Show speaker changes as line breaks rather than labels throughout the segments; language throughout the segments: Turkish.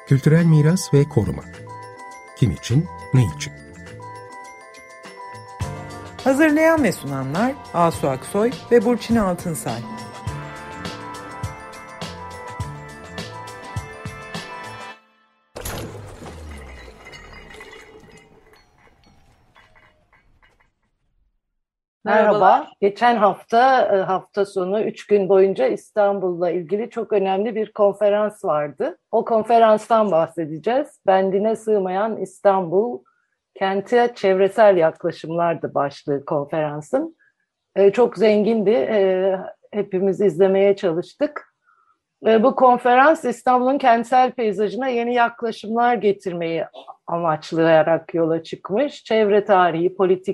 Kültürel miras ve koruma. Kim için, ne için?
Hazırlayan ve sunanlar Asu Aksoy ve Burçin Altınsay.
Merhaba. Geçen hafta sonu 3 gün boyunca İstanbul'la ilgili çok önemli bir konferans vardı. O konferanstan bahsedeceğiz. Bendine sığmayan İstanbul, kente çevresel yaklaşımlardı başlığı konferansın. Çok zengindi. Hepimiz izlemeye çalıştık. Bu konferans İstanbul'un kentsel peyzajına yeni yaklaşımlar getirmeyi amaçlayarak yola çıkmış. Çevre tarihi,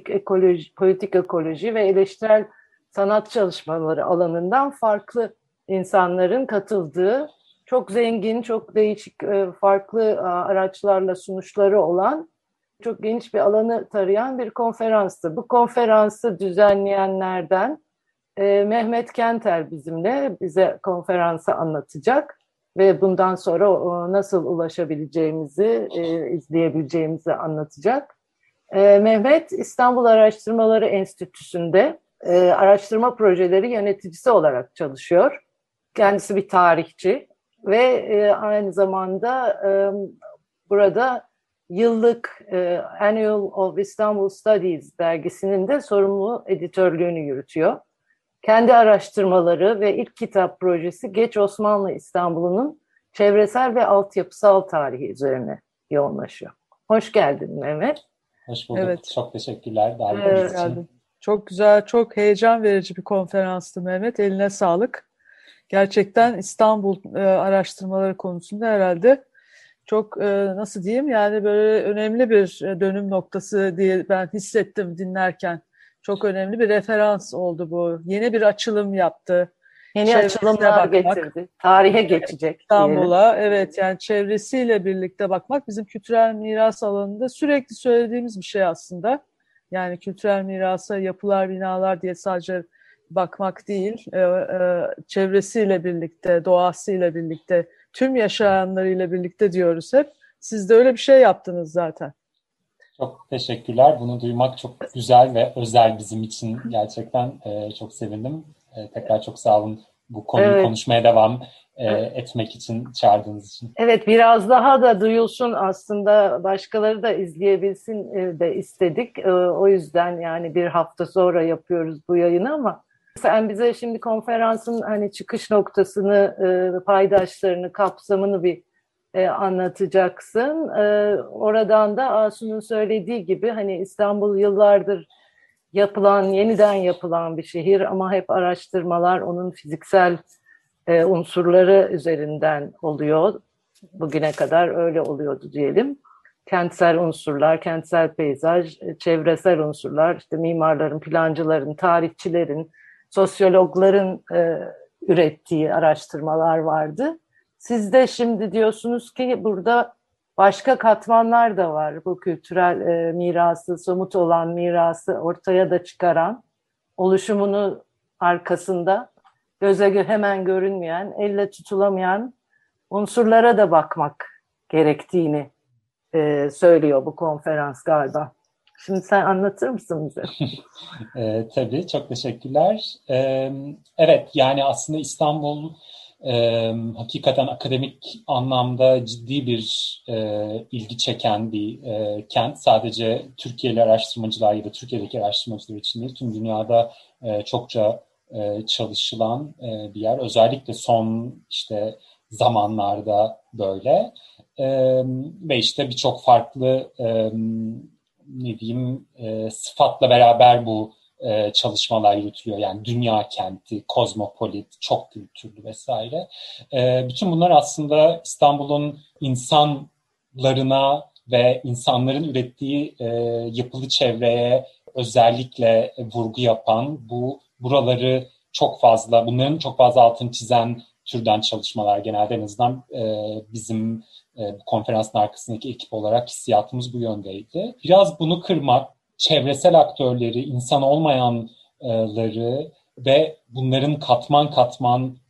politik ekoloji ve eleştirel sanat çalışmaları alanından farklı insanların katıldığı, çok zengin, çok değişik, farklı araçlarla sunuşları olan, çok geniş bir alanı tarayan bir konferanstı. Bu konferansı düzenleyenlerden Mehmet Kentel bize konferansı anlatacak ve bundan sonra nasıl ulaşabileceğimizi, izleyebileceğimizi anlatacak. Mehmet İstanbul Araştırmaları Enstitüsü'nde araştırma projeleri yöneticisi olarak çalışıyor. Kendisi bir tarihçi ve aynı zamanda burada yıllık Annual of Istanbul Studies dergisinin de sorumlu editörlüğünü yürütüyor. Kendi araştırmaları ve ilk kitap projesi Geç Osmanlı İstanbul'un çevresel ve altyapısal tarihi üzerine yoğunlaşıyor. Hoş geldin Mehmet.
Hoş bulduk. Evet. Çok teşekkürler
davetiniz için. Çok güzel, çok heyecan verici bir konferanstı Mehmet. Eline sağlık. Gerçekten İstanbul araştırmaları konusunda herhalde çok nasıl diyeyim, yani böyle önemli bir dönüm noktası diye ben hissettim dinlerken. Çok önemli bir referans oldu bu. Yeni bir açılım yaptı.
Yeni açılımlar getirdi. Tarihe geçecek.
İstanbul'a, evet, yani çevresiyle birlikte bakmak bizim kültürel miras alanında sürekli söylediğimiz bir şey aslında. Yani kültürel mirasa yapılar, binalar diye sadece bakmak değil, çevresiyle birlikte, doğasıyla birlikte, tüm yaşayanlarıyla birlikte diyoruz hep. Siz de öyle bir şey yaptınız zaten.
Çok teşekkürler. Bunu duymak çok güzel ve özel bizim için. Gerçekten çok sevindim. Tekrar çok sağ olun bu konuyu konuşmaya devam etmek için, çağırdığınız için.
Evet, biraz daha da duyulsun aslında, başkaları da izleyebilsin de istedik. O yüzden yani bir hafta sonra yapıyoruz bu yayını ama sen bize şimdi konferansın hani çıkış noktasını, paydaşlarını, kapsamını bir anlatacaksın. Oradan da Asu'nun söylediği gibi hani İstanbul yıllardır yeniden yapılan bir şehir ama hep araştırmalar onun fiziksel unsurları üzerinden oluyor. Bugüne kadar öyle oluyordu diyelim. Kentsel unsurlar, kentsel peyzaj, çevresel unsurlar, işte mimarların, plancıların, tarihçilerin, sosyologların ürettiği araştırmalar vardı. Siz de şimdi diyorsunuz ki burada başka katmanlar da var. Bu kültürel mirası, somut olan mirası ortaya da çıkaran, oluşumunu arkasında göze hemen görünmeyen, elle tutulamayan unsurlara da bakmak gerektiğini söylüyor bu konferans galiba. Şimdi sen anlatır mısın bize?
Tabii, çok teşekkürler. Evet, yani aslında İstanbul hakikaten akademik anlamda ciddi bir ilgi çeken bir kent. Sadece Türkiye'li araştırmacılar ya da Türkiye'deki araştırmacılar için değil, tüm dünyada çokça çalışılan bir yer. Özellikle son işte zamanlarda böyle. Ve işte birçok farklı sıfatla beraber bu çalışmalar yürütülüyor. Yani dünya kenti, kozmopolit, çok kültürlü vesaire. Bütün bunlar aslında İstanbul'un insanlarına ve insanların ürettiği yapılı çevreye özellikle vurgu yapan, buraları bunların çok fazla altını çizen türden çalışmalar genelde, en azından bizim bu konferansın arkasındaki ekip olarak hissiyatımız bu yöndeydi. Biraz bunu kırmak, çevresel aktörleri, insan olmayanları ve bunların katman katman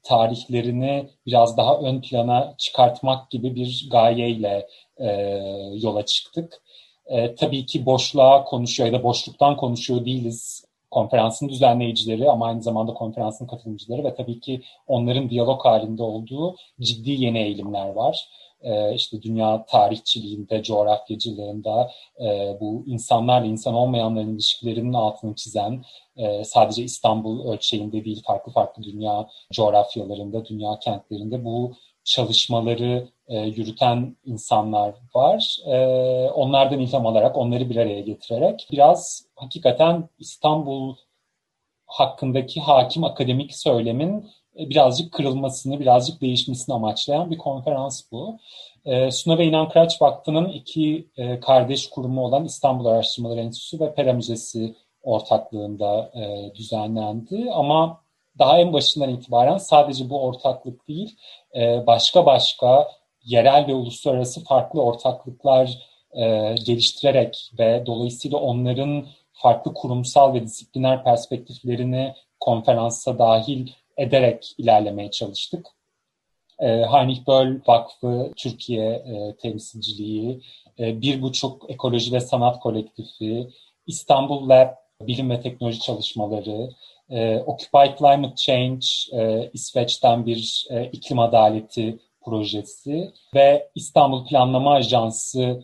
tarihlerini biraz daha ön plana çıkartmak gibi bir gayeyle yola çıktık. Tabii ki boşluğa konuşuyor ya da boşluktan konuşuyor değiliz. Konferansın düzenleyicileri ama aynı zamanda konferansın katılımcıları ve tabii ki onların diyalog halinde olduğu ciddi yeni eğilimler var. İşte dünya tarihçiliğinde, coğrafyacılığında bu insanlarla insan olmayanların ilişkilerinin altını çizen, sadece İstanbul ölçeğinde değil farklı farklı dünya coğrafyalarında, dünya kentlerinde bu çalışmaları yürüten insanlar var. Onlardan ilham alarak, onları bir araya getirerek biraz hakikaten İstanbul hakkındaki hakim akademik söylemin birazcık kırılmasını, birazcık değişmesini amaçlayan bir konferans bu. Suna ve İnan Kıraç Vakfı'nın iki kardeş kurumu olan İstanbul Araştırmaları Enstitüsü ve Pera Müzesi ortaklığında düzenlendi. Ama daha en başından itibaren sadece bu ortaklık değil, başka yerel ve uluslararası farklı ortaklıklar geliştirerek ve dolayısıyla onların farklı kurumsal ve disipliner perspektiflerini konferansa dahil ederek ilerlemeye çalıştık. Heinrich Böll Vakfı Türkiye temsilciliği, 1,5 Ekoloji ve Sanat Kolektifi, İstanbul Lab Bilim ve Teknoloji Çalışmaları, Occupy Climate Change, İsveç'ten bir iklim adaleti projesi ve İstanbul Planlama Ajansı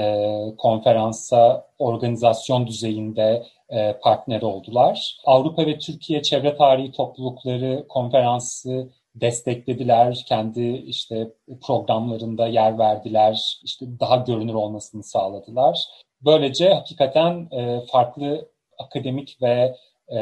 konferansa organizasyon düzeyinde partner oldular. Avrupa ve Türkiye Çevre Tarihi Toplulukları konferansı desteklediler. Kendi işte programlarında yer verdiler. İşte daha görünür olmasını sağladılar. Böylece hakikaten farklı akademik ve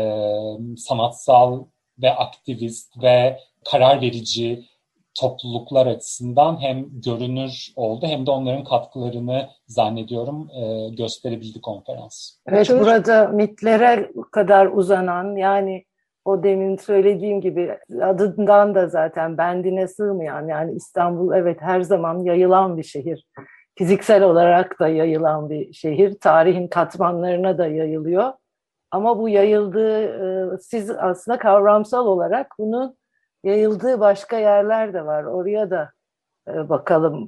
sanatsal ve aktivist ve karar verici topluluklar açısından hem görünür oldu hem de onların katkılarını zannediyorum gösterebildi konferans.
Evet, burada mitlere kadar uzanan, yani o demin söylediğim gibi adından da zaten bendine sığmayan, yani İstanbul evet her zaman yayılan bir şehir. Fiziksel olarak da yayılan bir şehir. Tarihin katmanlarına da yayılıyor. Ama bu yayıldığı, siz aslında kavramsal olarak bunun yayıldığı başka yerler de var. Oraya da bakalım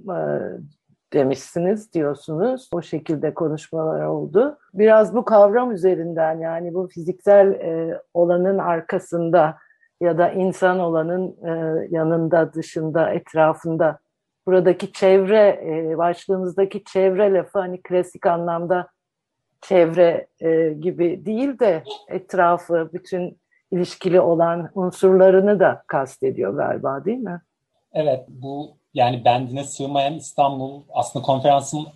demişsiniz, diyorsunuz. O şekilde konuşmalar oldu. Biraz bu kavram üzerinden, yani bu fiziksel olanın arkasında ya da insan olanın yanında, dışında, etrafında, buradaki çevre, başlığımızdaki çevre lafı hani klasik anlamda çevre gibi değil de etrafı, bütün ilişkili olan unsurlarını da kastediyor galiba, değil mi?
Evet, bu yani bendine sığmayan İstanbul aslında konferansın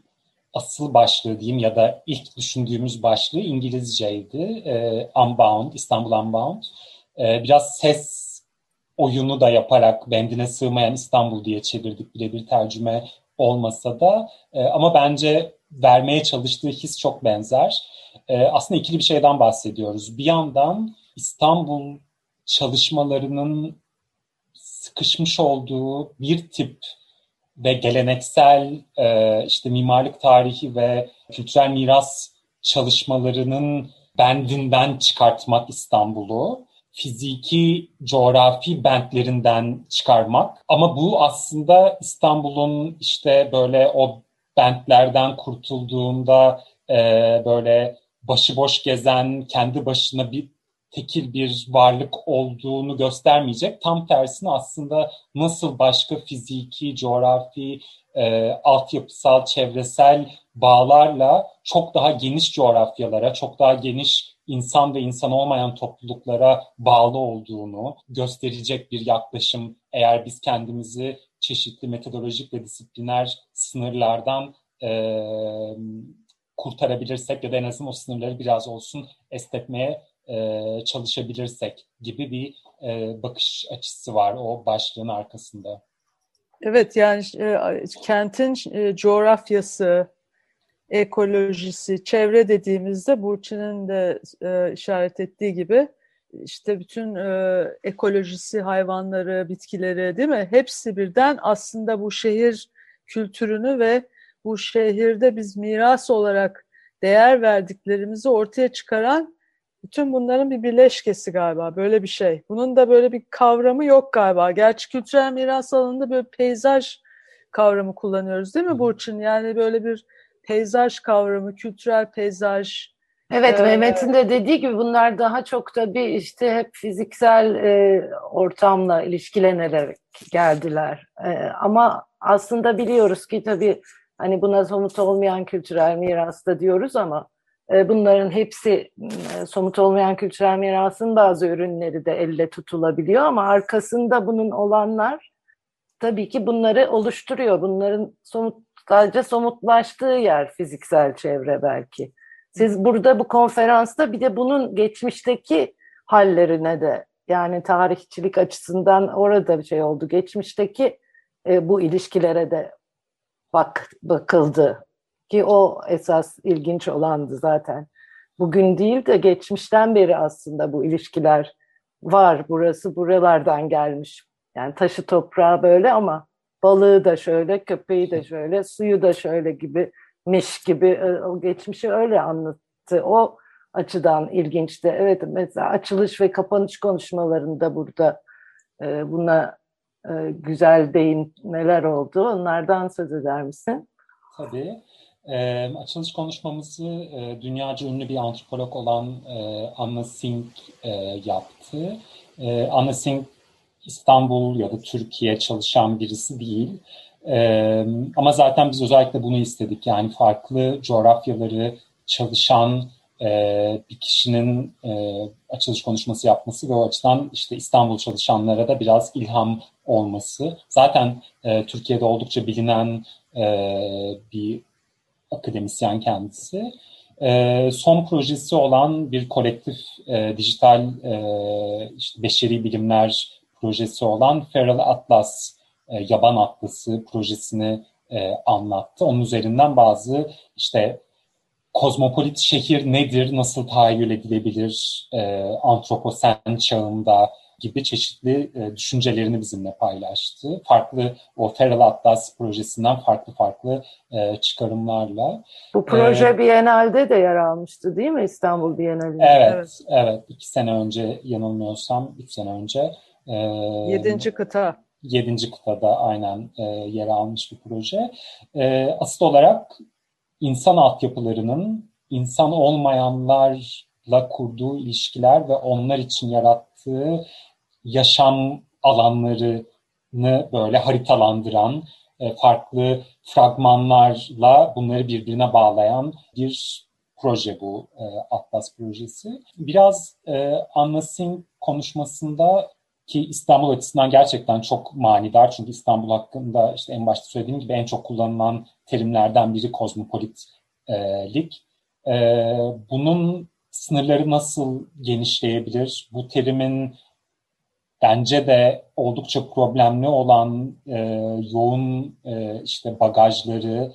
asıl başlığı diyeyim ya da ilk düşündüğümüz başlığı İngilizceydi. Unbound, İstanbul Unbound. Biraz ses oyunu da yaparak bendine sığmayan İstanbul diye çevirdik, birebir tercüme olmasa da. Ama bence vermeye çalıştığı his çok benzer. Aslında ikili bir şeyden bahsediyoruz. Bir yandan İstanbul çalışmalarının sıkışmış olduğu bir tip ve geleneksel işte mimarlık tarihi ve kültürel miras çalışmalarının bendinden çıkartmak İstanbul'u, fiziki, coğrafi bentlerinden çıkarmak. Ama bu aslında İstanbul'un işte böyle o bentlerden kurtulduğunda böyle başıboş gezen, kendi başına bir tekil bir varlık olduğunu göstermeyecek. Tam tersine aslında nasıl başka fiziki, coğrafi, altyapısal, çevresel bağlarla çok daha geniş coğrafyalara, çok daha geniş insan ve insan olmayan topluluklara bağlı olduğunu gösterecek bir yaklaşım. Eğer biz kendimizi çeşitli metodolojik ve disipliner sınırlardan kurtarabilirsek ya da en azından o sınırları biraz olsun esnetmeye çalışabilirsek gibi bir bakış açısı var o başlığın arkasında.
Evet, yani kentin coğrafyası, ekolojisi, çevre dediğimizde Burçin'in de işaret ettiği gibi işte bütün ekolojisi, hayvanları, bitkileri, değil mi? Hepsi birden aslında bu şehir kültürünü ve bu şehirde biz miras olarak değer verdiklerimizi ortaya çıkaran Bütün bunların bir birleşkesi galiba, böyle bir şey. Bunun da böyle bir kavramı yok galiba. Gerçi kültürel miras alanında böyle peyzaj kavramı kullanıyoruz değil mi Burçin? Yani böyle bir peyzaj kavramı, kültürel peyzaj.
Evet, Mehmet'in de dediği gibi bunlar daha çok tabii işte hep fiziksel ortamla ilişkilenerek geldiler. Ama aslında biliyoruz ki tabii hani buna somut olmayan kültürel miras da diyoruz ama bunların hepsi somut olmayan kültürel mirasın bazı ürünleri de elle tutulabiliyor ama arkasında bunun olanlar tabii ki bunları oluşturuyor. Bunların sadece somutlaştığı yer fiziksel çevre belki. Siz burada bu konferansta bir de bunun geçmişteki hallerine de yani tarihçilik açısından orada bir şey oldu. Geçmişteki bu ilişkilere de bakıldı ki o esas ilginç olandı zaten. Bugün değil de geçmişten beri aslında bu ilişkiler var. Burası buralardan gelmiş. Yani taşı toprağı böyle ama balığı da şöyle, köpeği de şöyle, suyu da şöyle gibimiş gibi o geçmişi öyle anlattı. O açıdan ilginçti. Evet, mesela açılış ve kapanış konuşmalarında burada buna güzel deyimler oldu. Onlardan söz eder misin?
Tabii. Açılış konuşmamızı dünyaca ünlü bir antropolog olan Anna Singh yaptı. Anna Singh İstanbul ya da Türkiye çalışan birisi değil. Ama zaten biz özellikle bunu istedik. Yani farklı coğrafyaları çalışan bir kişinin açılış konuşması yapması ve o açıdan işte İstanbul çalışanlara da biraz ilham olması. Zaten Türkiye'de oldukça bilinen bir akademisyen kendisi. Son projesi olan bir kolektif dijital işte beşeri bilimler projesi olan Feral Atlas, Yaban Atlası projesini anlattı. Onun üzerinden bazı işte kozmopolit şehir nedir, nasıl tahayyül edilebilir, antroposen çağında gibi çeşitli düşüncelerini bizimle paylaştı. Farklı o Feral Atlas projesinden farklı çıkarımlarla.
Bu proje Biennale'de de yer almıştı değil mi? İstanbul Biennale'de.
Evet. 2 sene önce yanılmıyorsam, 3 sene önce.
7. kıta.
7. kıtada aynen yer almış bir proje. Asıl olarak insan altyapılarının insan olmayanlarla kurduğu ilişkiler ve onlar için yarattığı yaşam alanlarını böyle haritalandıran, farklı fragmanlarla bunları birbirine bağlayan bir proje bu Atlas projesi. Biraz Anna Singh konuşmasında ki İstanbul açısından gerçekten çok manidar. Çünkü İstanbul hakkında işte en başta söylediğim gibi en çok kullanılan terimlerden biri kozmopolitlik. Bunun sınırları nasıl genişleyebilir? Bu terimin bence de oldukça problemli olan yoğun işte bagajları,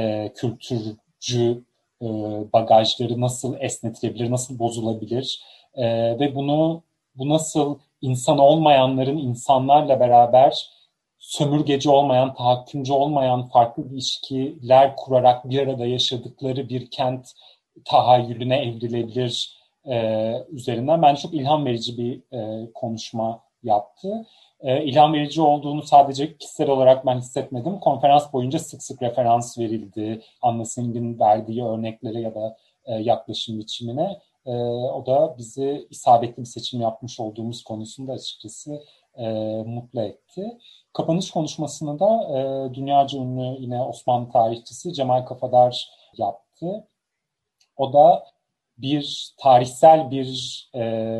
kültürcü bagajları nasıl esnetilebilir, nasıl bozulabilir? Ve bu nasıl insan olmayanların insanlarla beraber sömürgeci olmayan, tahakkümcü olmayan farklı ilişkiler kurarak bir arada yaşadıkları bir kent tahayyülüne evrilebilir üzerinden bence çok ilham verici bir konuşma yaptı. İlham verici olduğunu sadece kişisel olarak ben hissetmedim. Konferans boyunca sık sık referans verildi. Anna Singh'in verdiği örneklere ya da yaklaşım biçimine. O da bizi isabetli bir seçim yapmış olduğumuz konusunda açıkçası mutlu etti. Kapanış konuşmasını da dünyaca ünlü yine Osmanlı tarihçisi Cemal Kafadar yaptı. O da bir tarihsel bir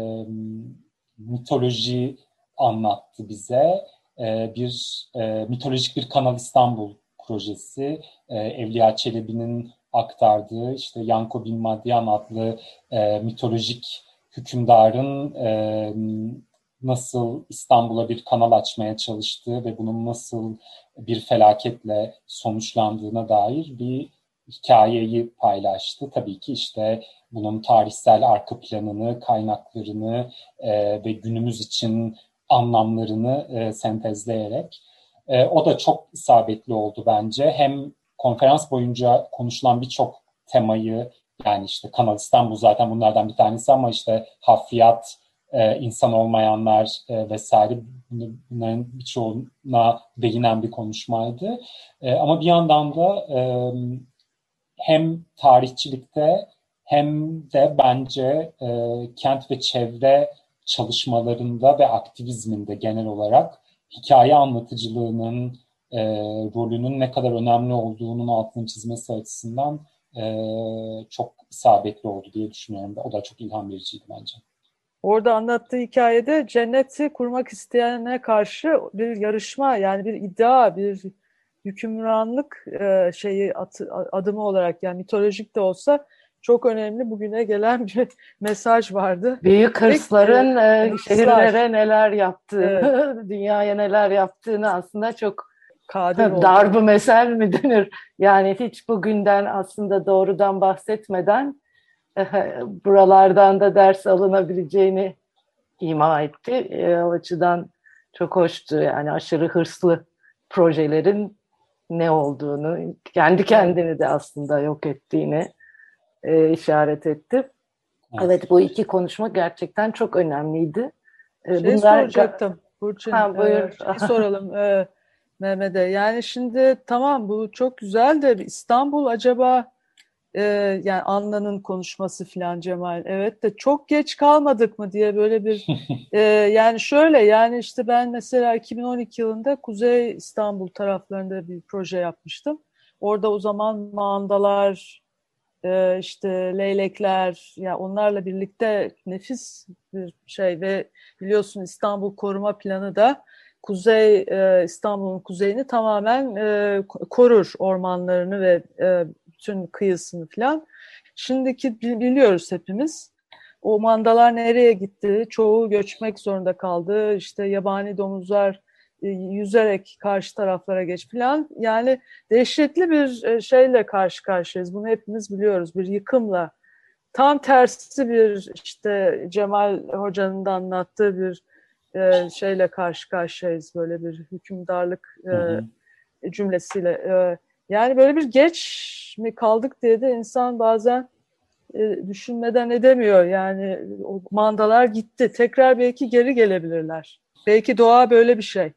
mitoloji anlattı bize. Mitolojik bir Kanal İstanbul projesi. Evliya Çelebi'nin aktardığı işte Yanko bin Madyan adlı mitolojik hükümdarın nasıl İstanbul'a bir kanal açmaya çalıştığı ve bunun nasıl bir felaketle sonuçlandığına dair bir hikayeyi paylaştı. Tabii ki işte bunun tarihsel arka planını, kaynaklarını ve günümüz için anlamlarını sentezleyerek. O da çok isabetli oldu bence. Hem konferans boyunca konuşulan birçok temayı Yani işte Kanal İstanbul zaten bunlardan bir tanesi ama işte hafriyat, insan olmayanlar vesaire bunların birçoğuna değinen bir konuşmaydı. Ama bir yandan da hem tarihçilikte hem de bence kent ve çevre çalışmalarında ve aktivizminde genel olarak hikaye anlatıcılığının rolünün ne kadar önemli olduğunun altını çizmesi açısından çok isabetli oldu diye düşünüyorum. O da çok ilham vericiydi bence.
Orada anlattığı hikayede cenneti kurmak isteyene karşı bir yarışma, yani bir iddia, bir hükümranlık adımı olarak, yani mitolojik de olsa çok önemli bugüne gelen bir mesaj vardı.
Büyük hırsların şehirlere neler yaptığını, evet, dünyaya neler yaptığını aslında çok darbu mesel mi denir? Yani hiç bugünden aslında doğrudan bahsetmeden buralardan da ders alınabileceğini ima etti. O açıdan çok hoştu. Yani aşırı hırslı projelerin ne olduğunu, kendi kendini de aslında yok ettiğini işaret etti. Evet, bu iki konuşma gerçekten çok önemliydi.
Soracaktım Burçin. Buyur. Soralım Mehmet'e. Yani şimdi tamam, bu çok güzel de İstanbul acaba yani Anna'nın konuşması filan, Cemal, evet de çok geç kalmadık mı diye böyle bir yani şöyle, yani işte ben mesela 2012 yılında Kuzey İstanbul taraflarında bir proje yapmıştım. Orada o zaman mandalar, işte leylekler, yani onlarla birlikte nefis bir şey ve biliyorsun İstanbul Koruma Planı da Kuzey İstanbul'un kuzeyini tamamen korur, ormanlarını ve bütün kıyısını falan. Şimdiki biliyoruz hepimiz. O mandalar nereye gitti? Çoğu göçmek zorunda kaldı. İşte yabani domuzlar yüzerek karşı taraflara geç falan. Yani dehşetli bir şeyle karşı karşıyayız. Bunu hepimiz biliyoruz. Bir yıkımla. Tam tersi bir, işte Cemal Hoca'nın da anlattığı bir şeyle karşı karşıyayız. Böyle bir hükümdarlık cümlesiyle. Yani böyle bir geç mi kaldık diye de insan bazen düşünmeden edemiyor. Yani o mandalar gitti. Tekrar belki geri gelebilirler. Belki doğa böyle bir şey.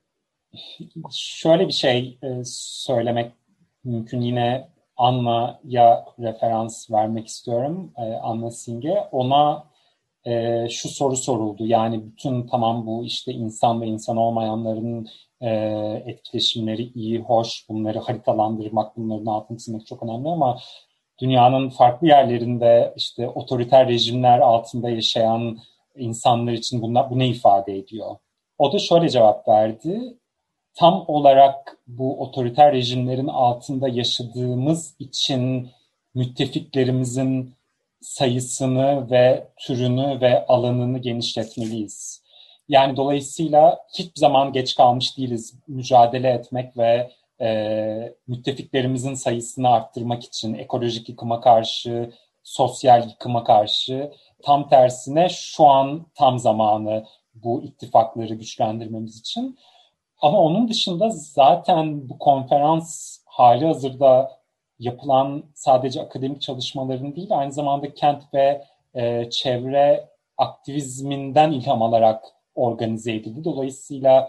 Şöyle bir şey söylemek mümkün. Yine Anna'ya referans vermek istiyorum. Anna Sing'e. Ona şu soru soruldu. Yani bütün tamam bu işte insan ve insan olmayanların etkileşimleri iyi, hoş. Bunları haritalandırmak, bunların altını çizmek çok önemli ama dünyanın farklı yerlerinde işte otoriter rejimler altında yaşayan insanlar için bu ne ifade ediyor? O da şöyle cevap verdi. Tam olarak bu otoriter rejimlerin altında yaşadığımız için müttefiklerimizin sayısını ve türünü ve alanını genişletmeliyiz. Yani dolayısıyla hiçbir zaman geç kalmış değiliz mücadele etmek ve müttefiklerimizin sayısını arttırmak için, ekolojik yıkıma karşı, sosyal yıkıma karşı. Tam tersine şu an tam zamanı bu ittifakları güçlendirmemiz için. Ama onun dışında zaten bu konferans hali hazırda yapılan sadece akademik çalışmaların değil, aynı zamanda kent ve çevre aktivizminden ilham alarak organize edildi. Dolayısıyla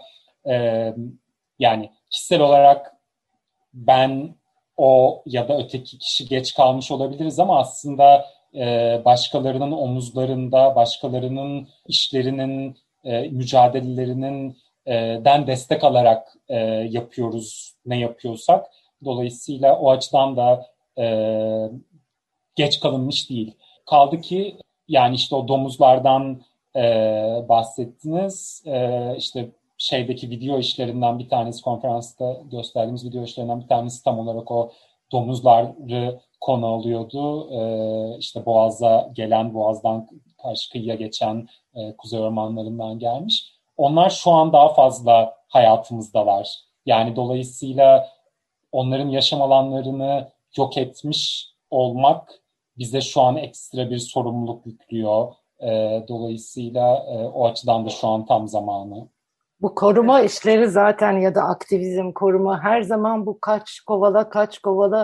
yani kişisel olarak ben o ya da öteki kişi geç kalmış olabiliriz ama aslında başkalarının omuzlarında, başkalarının işlerinin, mücadelelerinin den destek alarak yapıyoruz ne yapıyorsak. Dolayısıyla o açıdan da geç kalınmış değil. Kaldı ki yani işte o domuzlardan bahsettiniz. İşte şeydeki video işlerinden bir tanesi, konferansta gösterdiğimiz video işlerinden bir tanesi tam olarak o domuzları konu alıyordu. İşte Boğaz'a gelen, Boğaz'dan karşı kıyıya geçen kuzey ormanlarından gelmiş. Onlar şu an daha fazla hayatımızdalar. Yani dolayısıyla onların yaşam alanlarını yok etmiş olmak bize şu an ekstra bir sorumluluk yüklüyor. Dolayısıyla o açıdan da şu an tam zamanı.
Bu koruma işleri zaten ya da aktivizm, koruma her zaman bu kaç kovala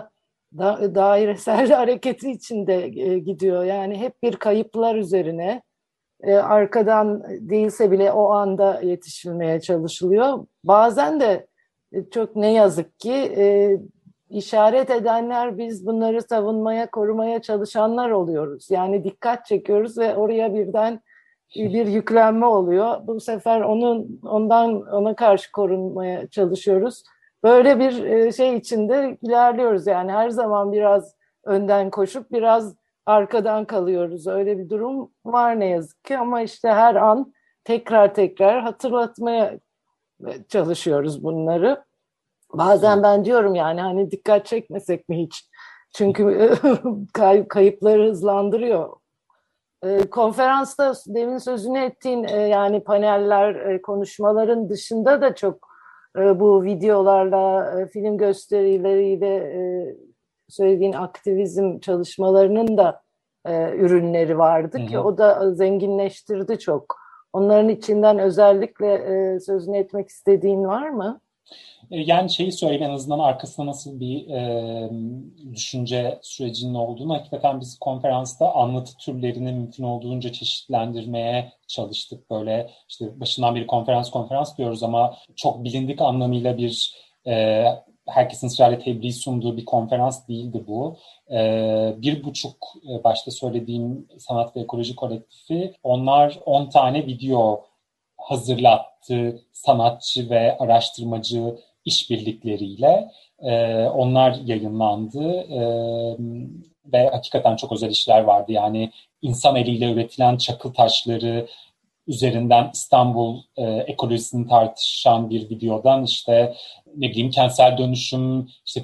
dairesel hareketi içinde gidiyor. Yani hep bir kayıplar üzerine arkadan değilse bile o anda yetişilmeye çalışılıyor. Bazen de çok ne yazık ki işaret edenler, biz bunları savunmaya, korumaya çalışanlar oluyoruz. Yani dikkat çekiyoruz ve oraya birden bir yüklenme oluyor. Bu sefer ona karşı korunmaya çalışıyoruz. Böyle bir şey içinde ilerliyoruz. Yani her zaman biraz önden koşup biraz arkadan kalıyoruz. Öyle bir durum var ne yazık ki, ama işte her an tekrar hatırlatmaya çalışıyoruz bunları. Bazen ben diyorum yani hani dikkat çekmesek mi hiç? Çünkü kayıpları hızlandırıyor. Konferansta demin sözünü ettiğin yani paneller, konuşmaların dışında da çok bu videolarla, film gösterileriyle söylediğin aktivizm çalışmalarının da ürünleri vardı ki o da zenginleştirdi çok. Onların içinden özellikle sözünü etmek istediğin var mı?
Yani şeyi söyleyeyim, en azından arkasında nasıl bir düşünce sürecinin olduğunu. Hakikaten biz konferansta anlatı türlerini mümkün olduğunca çeşitlendirmeye çalıştık. Böyle işte başından beri konferans diyoruz ama çok bilindik anlamıyla bir herkesin ısrarla tebliğ sunduğu bir konferans değildi bu. 1,5 başta söylediğim sanat ve ekoloji kolektifi, onlar 10 tane video hazırlattı sanatçı ve araştırmacı işbirlikleriyle. Onlar yayınlandı ve hakikaten çok özel işler vardı. Yani insan eliyle üretilen çakıl taşları üzerinden İstanbul ekolojisini tartışan bir videodan işte ne bileyim kentsel dönüşüm, işte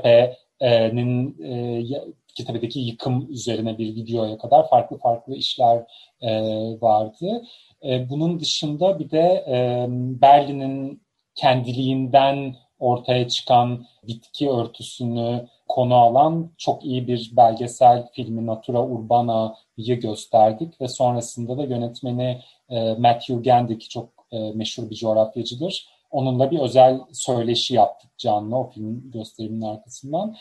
Fikirtepe'deki yıkım üzerine bir videoya kadar farklı işler vardı. Bunun dışında bir de Berlin'in kendiliğinden ortaya çıkan bitki örtüsünü konu alan çok iyi bir belgesel filmi Natura Urbana'yı gösterdik ve sonrasında da yönetmeni Matthew Gandy, çok meşhur bir coğrafyacıdır. Onunla bir özel söyleşi yaptık canlı o film gösteriminin arkasından.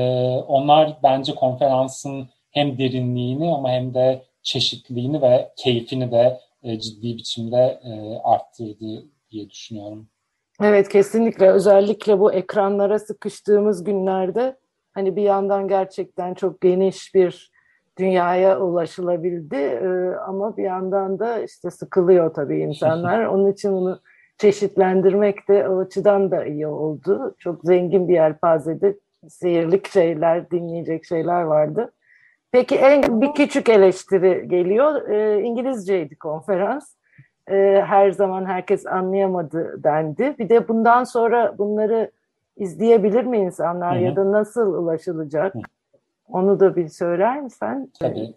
Onlar bence konferansın hem derinliğini ama hem de çeşitliliğini ve keyfini de ciddi biçimde arttırdı diye düşünüyorum.
Evet, kesinlikle. Özellikle bu ekranlara sıkıştığımız günlerde hani bir yandan gerçekten çok geniş bir dünyaya ulaşılabildi ama bir yandan da işte sıkılıyor tabii insanlar. Onun için bunu çeşitlendirmek de o açıdan da iyi oldu. Çok zengin bir yelpazede seyirlik şeyler, dinleyecek şeyler vardı. Peki bir küçük eleştiri geliyor. İngilizceydi konferans. Her zaman herkes anlayamadı dendi. Bir de bundan sonra bunları izleyebilir mi insanlar ya da nasıl ulaşılacak? Onu da bir söyler misin?
Tabii.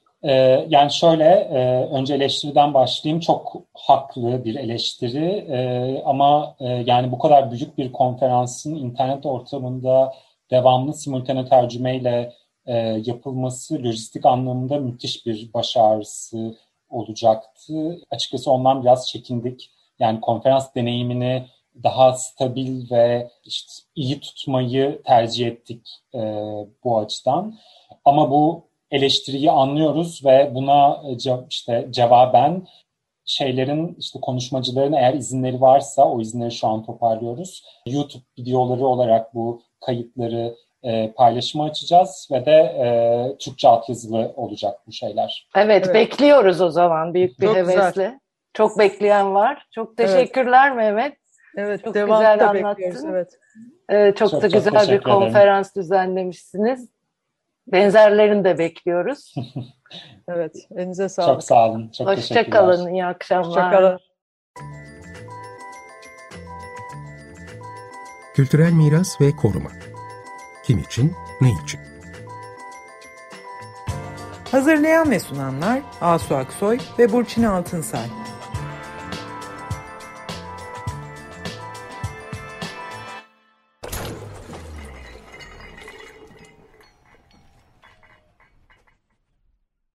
Yani şöyle, önce eleştiriden başlayayım. Çok haklı bir eleştiri ama yani bu kadar büyük bir konferansın internet ortamında devamlı simultane tercümeyle yapılması lojistik anlamında müthiş bir baş ağrısı olacaktı. Açıkçası ondan biraz çekindik. Yani konferans deneyimini daha stabil ve işte iyi tutmayı tercih ettik bu açıdan. Ama bu eleştiriyi anlıyoruz ve buna işte cevaben konuşmacıların eğer izinleri varsa o izinleri şu an toparlıyoruz. YouTube videoları olarak bu kayıtları paylaşıma açacağız ve de Türkçe altyazılı olacak bu şeyler.
Evet, bekliyoruz o zaman büyük bir
çok
hevesle.
Güzel.
Çok bekleyen var. Çok teşekkürler Mehmet.
Evet,
çok
devamlı
güzel
da
anlattın.
bekliyoruz.
Evet. Çok da güzel bir konferans düzenlemişsiniz. Benzerlerini de bekliyoruz.
Evet, elinize sağlık.
Çok sağ olun. Çok teşekkürler.
Hoşça kalın, iyi akşamlar.
Hoşça kalın.
Kültürel miras ve koruma. Kim için, ne için?
Hazırlayan ve sunanlar Asu Aksoy ve Burçin Altınsay.